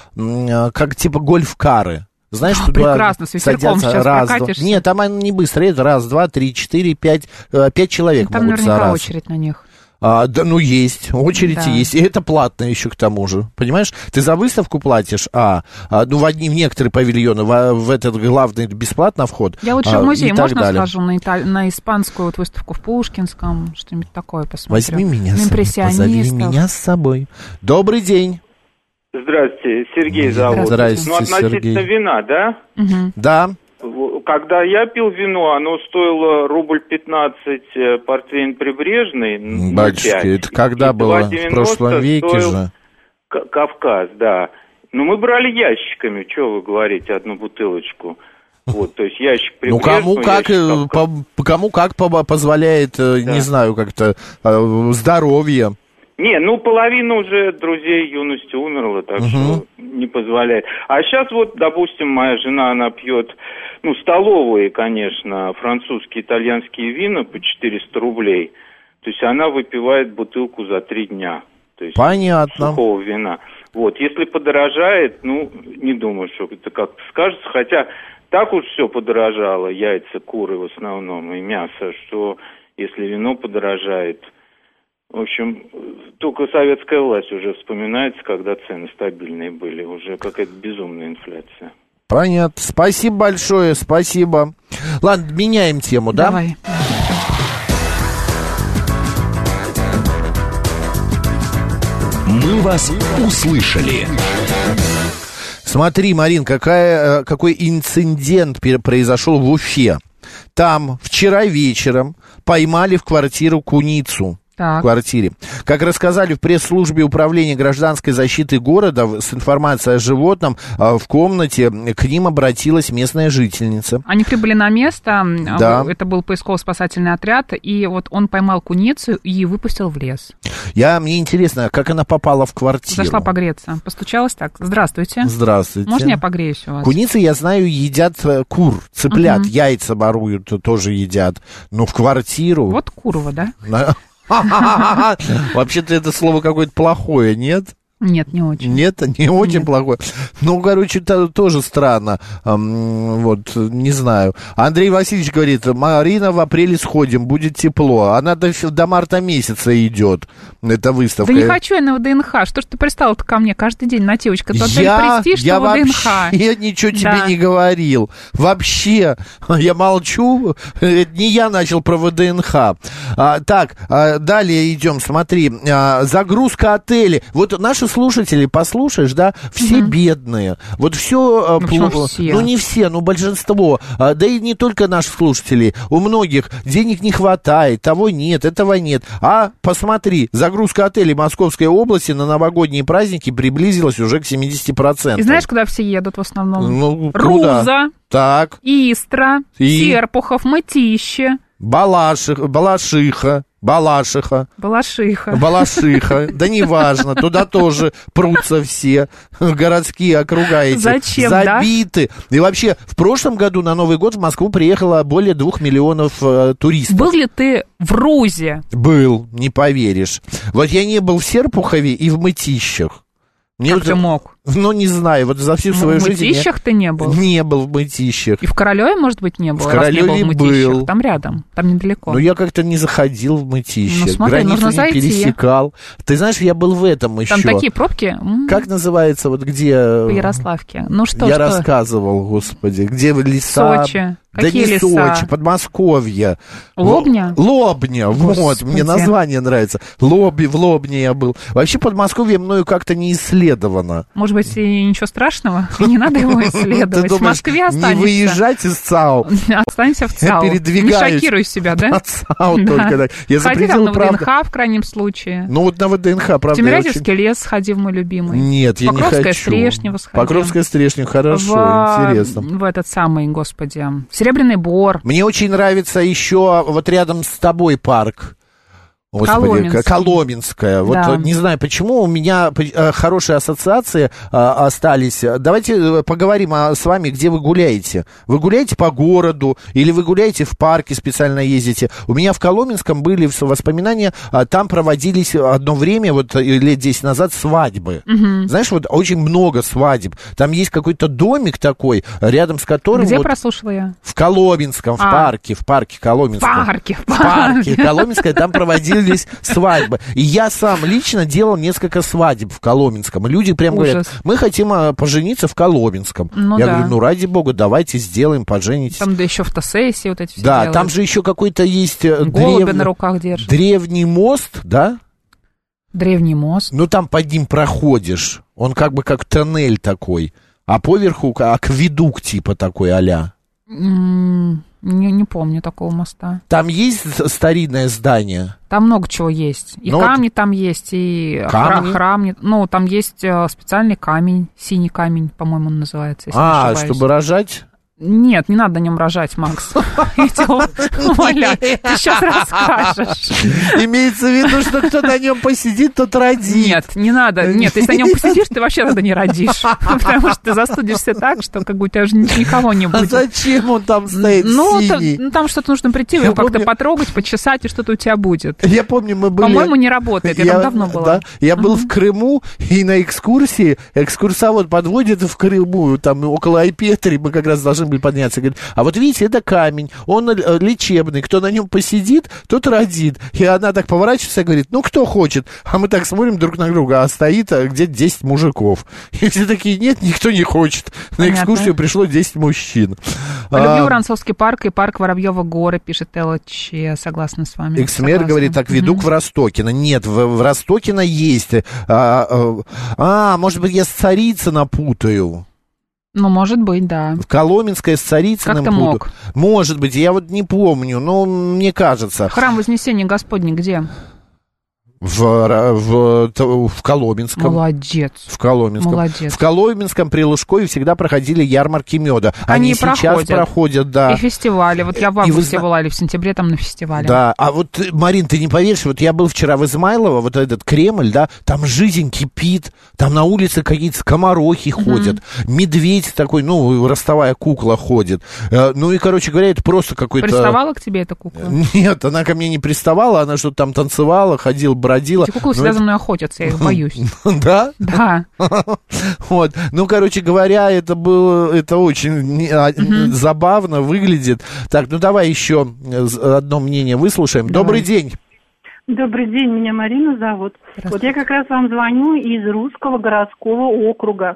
как типа гольф-кары. Знаешь, а, туда прекрасно, с ветерком сейчас раз, прокатишься. Нет, там они не быстро, это раз, два, три, четыре, пять, пять человек там могут за раз. Там наверняка очередь на них. А, да, ну, есть, очередь Да. есть, и это платно еще к тому же, понимаешь? Ты за выставку платишь, а, а ну, в, одни, в некоторые павильоны, в, в этот главный бесплатно вход. Я лучше а, в музей, и так можно далее. схожу на, италь... на испанскую вот выставку в Пушкинском, что-нибудь такое посмотрю. Возьми меня с собой, Импрессионистов. позови меня с собой. Добрый день. Здравствуйте, Сергей зовут. Здравствуйте, Ну, относительно Сергей. вина, да? Угу. Да. Когда я пил вино, оно стоило рубль пятнадцать, э, портвейн Прибрежный. ноль Батюшки, пять. это когда И было? два В девяносто прошлом веке стоил же. К- Кавказ, да. Ну, мы брали ящиками, что вы говорите, одну бутылочку. Вот, то есть ящик Ну, Прибрежного, кому как, ящик э, Кавказа. по, кому как по- позволяет, э, Да. не знаю, как-то э, здоровье. Не, ну половина уже друзей юности умерла, так Мгм. что не позволяет. А сейчас вот, допустим, моя жена, она пьет, ну, столовые, конечно, французские, итальянские вина по четыреста рублей. То есть она выпивает бутылку за три дня. То есть Понятно. сухого вина. Вот, если подорожает, ну, не думаю, что это как-то скажется. Хотя так уж все подорожало, яйца, куры в основном и мясо, что если вино подорожает... В общем, только советская власть уже вспоминается, когда цены стабильные были. Уже какая-то безумная инфляция. Понятно. Спасибо большое, спасибо. Ладно, меняем тему, да? Давай. «Мы вас услышали». Смотри, Марин, какая, э, какой инцидент пе- произошел в Уфе. Там вчера вечером поймали в квартиру куницу. Так. В квартире. Как рассказали в пресс-службе управления гражданской защиты города, в- с информацией о животном, а, в комнате к ним обратилась местная жительница. Они прибыли на место, Да. это был поисково-спасательный отряд, и вот он поймал куницу и выпустил в лес. Я, мне интересно, как она попала в квартиру? Зашла погреться, постучалась так: здравствуйте. Здравствуйте. Можно я погреюсь у вас? Куницы, я знаю, едят э, кур, цыплят, Мгм. яйца воруют, тоже едят. Но в квартиру... Вот Курова, да? Вообще-то это слово какое-то плохое, нет? Нет, не очень. Нет, не очень Нет. плохое. Ну, короче, то- тоже странно. Ам, Вот, не знаю. Андрей Васильевич говорит: Марина, в апреле сходим, будет тепло. Она до, фи- до марта месяца идет, эта выставка. Да не хочу я на ВДНХ. Что ж ты пристала-то ко мне каждый день, Нативочка? То ты Я, престиж, я что ВДНХ. вообще ничего тебе Да. не говорил. Вообще, я молчу. Это не я начал про ВДНХ. А, так, а, далее идем, смотри. А, загрузка отелей. Вот наши слушатели, послушаешь, да, все Мгм. бедные. Вот все... Ну, почему все? Ну, не все, ну, большинство. А, да и не только наши слушатели. У многих денег не хватает, того нет, этого нет. А посмотри, загрузка отелей Московской области на новогодние праздники приблизилась уже к семидесяти процентам. И знаешь, куда все едут в основном? Ну, куда? Руза, Так, Истра, И? Серпухов, Мытище, Балашиха, Балашиха, Балашиха, Балашиха. Балашиха, да неважно, туда тоже прутся все городские округа эти. Зачем, да? Забиты. И вообще, в прошлом году на Новый год в Москву приехало более двух миллионов э, туристов. Был ли ты в Рузе? Был, не поверишь. Вот я не был в Серпухове и в Мытищах. Мне Как вот- ты мог? Ну, не знаю, вот за всю свою В жизнь... я Мытищах ты не был? Не был в Мытищах. И в Королеве, может быть, не был? В раз не был Королеве в Мытищах. был. Там рядом, там недалеко. Но я как-то не заходил в Мытищах. Ну, смотри, Границу нужно не зайти. пересекал. Ты знаешь, я был в этом еще. Там такие пробки. м, Как называется, вот где... По Ярославке. Ну что, я что? рассказывал, господи, где леса... Сочи. Да Какие не леса? Сочи, Подмосковье. Лобня? Л- Лобня, вот, Господи. мне название нравится. Лоби, в Лобне я был. Вообще Подмосковье мною как-то не исследовано. Может быть, и ничего страшного? Не надо его Ты исследовать. В думаешь, Москве останешься. не выезжать из ЦАУ? Останься в ЦАУ. передвигаюсь Не шокируй себя, да? от ЦАУ Да. только так. Я за Сходи там пределы, на правда. ВДНХ в крайнем случае. Ну вот на ВДНХ, правда, В я Тимирязевский очень- лес сходи, в мой любимый. Нет, я не хочу. Покровское Стрешнево сходи. Покровское Стрешнево, хорошо, в, интересно. В этот самый, господи, Серебряный Бор. Мне очень нравится еще вот рядом с тобой парк. Господи, Коломенский. К- Коломенская. Вот Да. э, не знаю, почему у меня э, хорошие ассоциации э, остались. Давайте э, поговорим а, с вами, где вы гуляете. Вы гуляете по городу или вы гуляете в парке, специально ездите? У меня в Коломенском были в- воспоминания, а, там проводились одно время, вот э, лет десять назад, свадьбы. Мгм. Знаешь, вот очень много свадеб. Там есть какой-то домик такой, рядом с которым... Где вот прослушала я? в Коломенском, в А. парке, в парке В Коломенском. парке, в В парке Коломенское, там проводились начались свадьбы. И я сам лично делал несколько свадеб в Коломенском. И люди прям Ужас. говорят, мы хотим а, пожениться в Коломенском. Ну, я да. говорю, ну ради бога, давайте сделаем, поженитесь. Там да еще фотосессии вот эти все Да, делают. там же еще какой-то есть э, Голуби древ- на руках держат. древний мост, да? Древний мост. Ну, там под ним проходишь. Он как бы как тоннель такой. А поверху акведук типа такой а-ля. М, Не, не помню такого моста. Там есть старинное здание? Там много чего есть. И Ну, камни вот... там есть, и камни? хра- храм. не- Ну, там есть э, специальный камень, синий камень, по-моему, он называется, если не А, ошибаюсь. чтобы рожать? Нет, не надо на нем рожать, Макс. Я тебя умоляю, ты сейчас расскажешь. Имеется в виду, что кто на нем посидит, тот родит. Нет, не надо. Нет, если на нем посидишь, ты вообще тогда не родишь. Потому что ты застудишься так, что как бы у тебя же никого не А будет. зачем он там стоит Ну, там, синий? ну, там что-то нужно прийти, Я его как-то помню- потрогать, почесать, и что-то у тебя будет. Я помню, мы были... По-моему, не работает. Я, там давно была. Да, я был в Крыму, и на экскурсии экскурсовод подводит в Крыму, там около Айпетри, мы как раз должны были подняться, говорит, а вот видите, это камень, он э, лечебный, кто на нем посидит, тот родит. И она так поворачивается и говорит, ну, кто хочет? А мы так смотрим друг на друга, а стоит а, где-то десять мужиков. И все такие, нет, никто не хочет. На Понятно. экскурсию пришло десять мужчин. Люблю А, Воронцовский парк и парк Воробьева горы, пишет ЛЧ. Согласна с вами. Эксмер Согласна. говорит, акведук Мгм. в Ростокино. Нет, в, в Ростокино есть. А, а, а, может быть, я с Царицыно путаю. Ну, может быть, да. Коломенское с Царицыным Как ты путаю. мог? Может быть, я вот не помню, но мне кажется. Храм Вознесения Господня где? В, в, в, в Коломенском. Молодец. В Коломенском. Молодец. В Коломенском при Лужкове всегда проходили ярмарки меда. Они Они, и сейчас проходят. проходят, да. И фестивали. Вот я в И вы августе зна- была, или в сентябре там на фестивале. Да, а вот, Марин, ты не поверишь, вот я был вчера в Измайлово, вот этот Кремль, да, там жизнь кипит, там на улице какие-то скоморохи ходят, медведь такой, ну, ростовая кукла ходит. Э, Ну и, короче говоря, это просто какой-то... Приставала к тебе эта кукла? Нет, она ко мне не приставала, она что-то там танцевала, ходила, бродила. Эти куклы Ну, всегда это- за мной охотятся, я их боюсь. Да? Да. Вот, ну, короче говоря, это было, это очень не- а, забавно выглядит. Так, ну давай еще одно мнение выслушаем. Давай. Добрый день. Добрый день, меня Марина зовут. Вот я как раз вам звоню из Русского городского округа.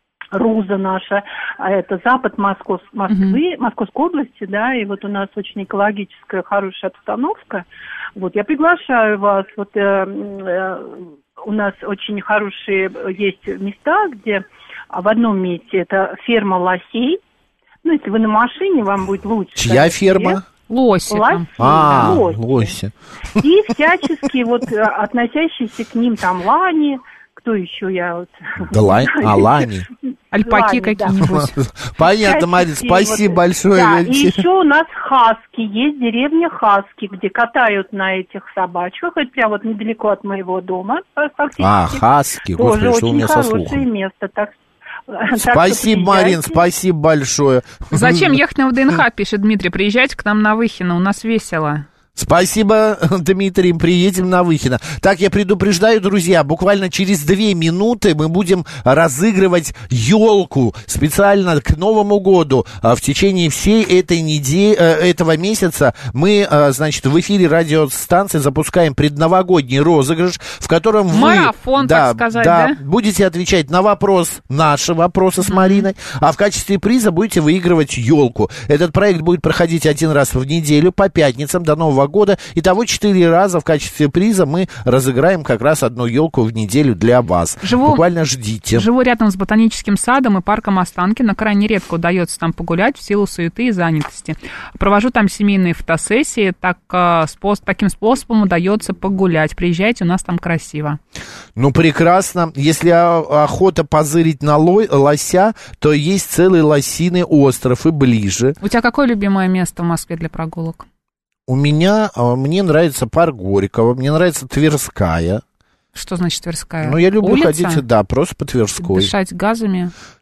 Руза наша, а это запад Москвы, Москвы, Московской области, да, и вот у нас очень экологическая, хорошая обстановка. Вот я приглашаю вас, вот э, э, у нас очень хорошие есть места, где а в одном месте это ферма лосей. Ну, если вы на машине, вам будет лучше. Чья ферма? Лоси там. Лоси, А, лоси. лоси. И всячески вот э, относящиеся к ним там лани, кто еще я вот... Да лань, а лани. Альпаки Лани, да. какие-нибудь. Понятно, Марин, Всячески спасибо вот, большое. Да, и еще у нас хаски, есть деревня Хаски, где катают на этих собачках, это прям вот недалеко от моего дома, фактически. А, хаски, Тоже господи, что у очень меня со хорошее слухом. место, так так что Спасибо, Марин, приезжайте. спасибо большое. Зачем ехать на ВДНХ, пишет Дмитрий. Приезжайте к нам на Выхино, у нас весело. Спасибо, Дмитрий, приедем на Выхино. Так, я предупреждаю, друзья, буквально через две минуты мы будем разыгрывать елку специально к Новому году. В течение всей этой недели, этого месяца мы, значит, в эфире радиостанции запускаем предновогодний розыгрыш, в котором вы... Марафон, да, так сказать, да, да? будете отвечать на вопрос, наши вопросы с Мариной, а в качестве приза будете выигрывать елку. Этот проект будет проходить один раз в неделю по пятницам до Нового года. Итого четыре раза в качестве приза мы разыграем как раз одну елку в неделю для вас. Живу- Буквально ждите. Живу рядом с ботаническим садом и парком Останкино. Крайне редко удается там погулять в силу суеты и занятости. Провожу там семейные фотосессии. Так, э, спос- таким способом удается погулять. Приезжайте, у нас там красиво. Ну, прекрасно. Если о- охота позырить на ло- лося, то есть целый лосиный остров и ближе. У тебя какое любимое место в Москве для прогулок? У меня, а, мне нравится парк Горького, мне нравится Тверская. Что значит Тверская? Ну, я люблю Улица? ходить, да, просто по Тверской. Дышать газами?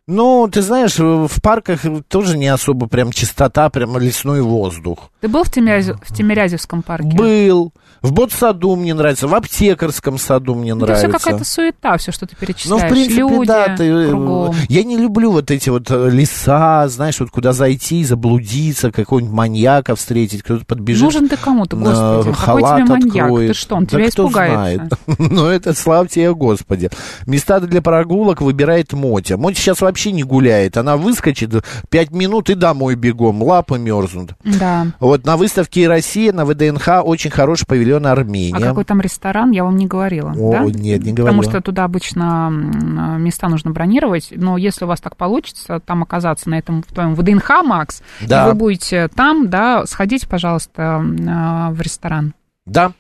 Ну, ты знаешь, в парках тоже не особо прям чистота, прям лесной воздух. Ты был в, Тимирязев, в Тимирязевском парке? Был. В ботсаду мне нравится, в аптекарском саду мне это нравится. Это все какая-то суета, все, что ты перечисляешь. Ну, в принципе, люди да. Ты, кругом. Я не люблю вот эти вот леса, знаешь, вот куда зайти, заблудиться, какого-нибудь маньяка встретить, кто-то подбежит. Нужен ты кому-то, господи. Какой тебе маньяк? откроет. Ты что, он да тебя кто испугается? Знает. Ну, это слава тебе, Господи. Места для прогулок выбирает Мотя. Мотя сейчас вообще не гуляет. Она выскочит, пять минут и домой бегом. Лапы мерзнут. Да. Вот на выставке «Россия» на вэ дэ эн ха очень хороший павильон Армения. А какой там ресторан, я вам не говорила. О, да? нет, не говорила. Потому что туда обычно места нужно бронировать. Но если у вас так получится, там оказаться на этом, в твоем вэ дэ эн ха, Макс, да. и вы будете там, да, сходите, пожалуйста, в ресторан. Да.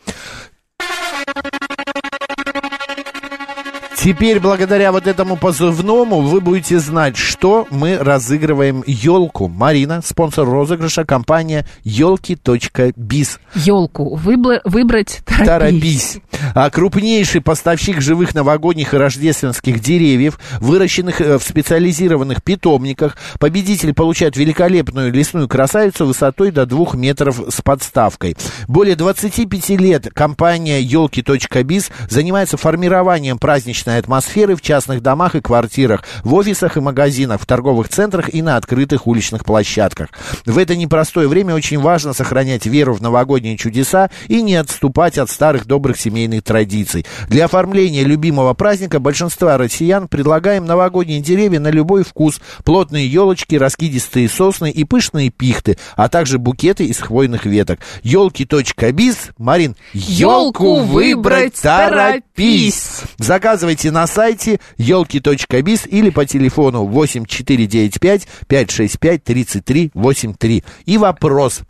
Теперь, благодаря вот этому позывному, вы будете знать, что мы разыгрываем елку. Марина, спонсор розыгрыша, компания елки точка биз. Елку выбла- выбрать торопись. Торопись. А крупнейший поставщик живых новогодних и рождественских деревьев, выращенных в специализированных питомниках. Победитель получает великолепную лесную красавицу высотой до двух метров с подставкой. Более двадцати пяти лет компания елки точка биз занимается формированием праздничной атмосферы в частных домах и квартирах, в офисах и магазинах, в торговых центрах и на открытых уличных площадках. В это непростое время очень важно сохранять веру в новогодние чудеса и не отступать от старых добрых семейных традиций. Для оформления любимого праздника большинство россиян предлагаем новогодние деревья на любой вкус, плотные елочки, раскидистые сосны и пышные пихты, а также букеты из хвойных веток. елки точка биз. Марин, елку выбрать торопись. Заказывайте на сайте елки точка биз или по телефону восемь четыре девять пять пять шесть пять тридцать три восемьдесят три. И вопрос.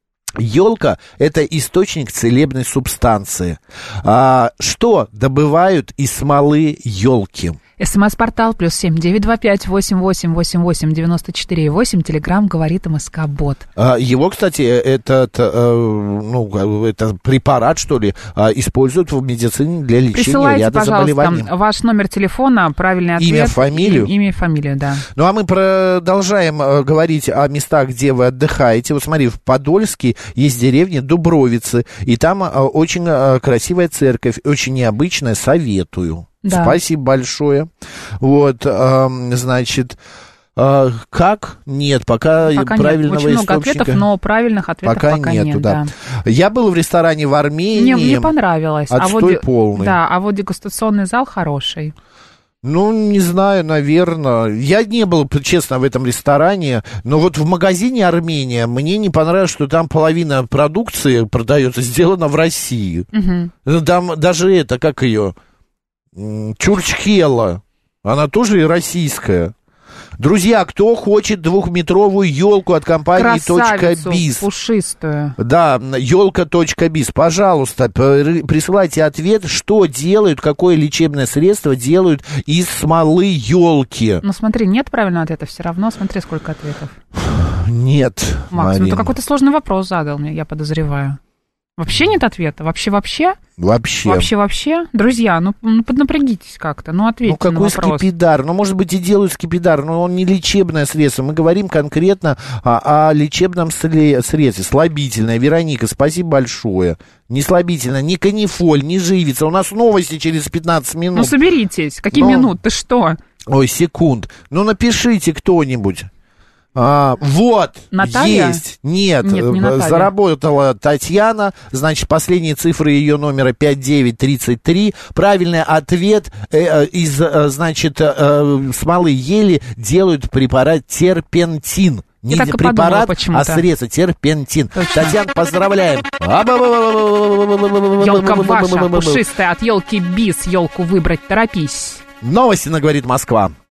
Елка – это источник целебной субстанции. А, что добывают из смолы елки? СМС-портал плюс семь девять два пять восемь восемь восемь восемь девяносто четыре восемь. Телеграм говорит МСК-бот. А, его, кстати, этот, э, ну, это препарат, что ли, э, используют в медицине для лечения Присылайте, ряда заболеваний. пожалуйста, ваш номер телефона, правильный ответ. Имя, фамилию. И, имя и фамилию, да. Ну, а мы продолжаем э, говорить о местах, где вы отдыхаете. Вот смотри, в Подольске есть деревня Дубровицы, и там э, очень э, красивая церковь, очень необычная, советую. Да. Спасибо большое. Вот, э, значит, э, как? Нет, пока, пока правильного нет. Очень источника. много ответов, но правильных ответов пока, пока нету, нет. Да. Да. Я был в ресторане в Армении. Мне, мне понравилось. Отстой а вот, полный. Да, а вот дегустационный зал хороший. Ну, не знаю, наверное. Я не был, честно, в этом ресторане. Но вот в магазине «Армения» мне не понравилось, что там половина продукции продается, сделана в России. Угу. Там даже это, как ее... Чурчхела, она тоже и российская. Друзья, кто хочет двухметровую елку от компании точка биз? Пушистую. Да, елка точка биз. Пожалуйста, присылайте ответ, что делают, какое лечебное средство делают из смолы елки. Ну смотри, нет правильного ответа все равно. Смотри, сколько ответов. Нет, Макс, Марин. ну ты какой-то сложный вопрос задал мне, я подозреваю. Вообще нет ответа? Вообще-вообще? Вообще. Вообще-вообще? Друзья, ну, ну поднапрягитесь как-то, ну ответьте ну, на вопрос. Ну какой скипидар? Ну, может быть, и делают скипидар, но он не лечебное средство. Мы говорим конкретно о, о лечебном средстве. Слабительное. Вероника, спасибо большое. Не слабительное, ни канифоль, ни живица. У нас новости через пятнадцать минут. Ну, соберитесь. Какие но... минут? Ты что? Ой, секунд. Ну, напишите кто-нибудь. А, вот, Наталья? Есть. Нет, Нет, не Наталья. Заработала Татьяна, значит, последние цифры ее номера пять девять тридцать три. Правильный ответ, э, из, э, значит, э, смолы ели делают препарат терпентин. Не Я так препарат, подумала, а средство терпентин. Точно. Татьяна, поздравляем. Елка ваша, пушистая, от елки биз, елку выбрать торопись. Новости на «Говорит Москва».